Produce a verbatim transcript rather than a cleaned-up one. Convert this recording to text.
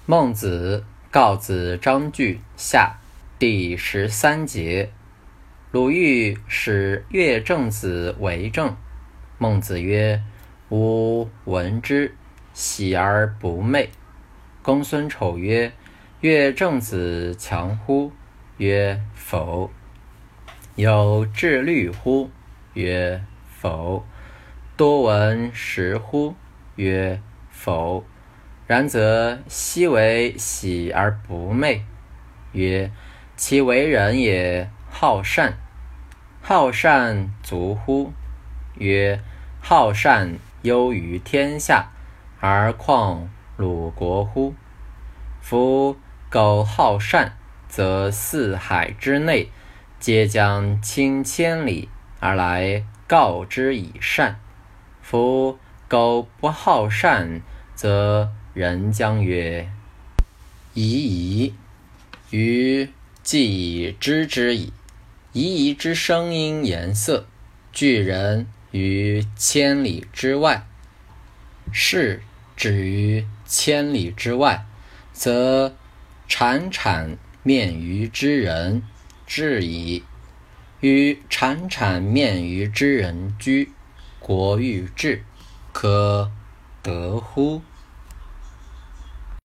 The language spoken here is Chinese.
孟子告子章句下第十三节。鲁豫使乐正子为政。孟子曰：吾闻之，喜而不媚。公孙丑曰：乐正子强乎？曰：否。有志虑乎？曰：否。多闻识乎？曰：否。然则奚为喜而不媚？曰：其为人也好善。好善足乎？曰：好善优于天下，而况鲁国乎？夫苟好善，则四海之内皆将倾千里而来告之以善。夫苟不好善，则人将曰：夷夷，余既已知之矣。夷夷之声音颜色，拒人于千里之外。是止于千里之外，则产产面于之人至矣。与产产面于之人居，国欲治，可得乎？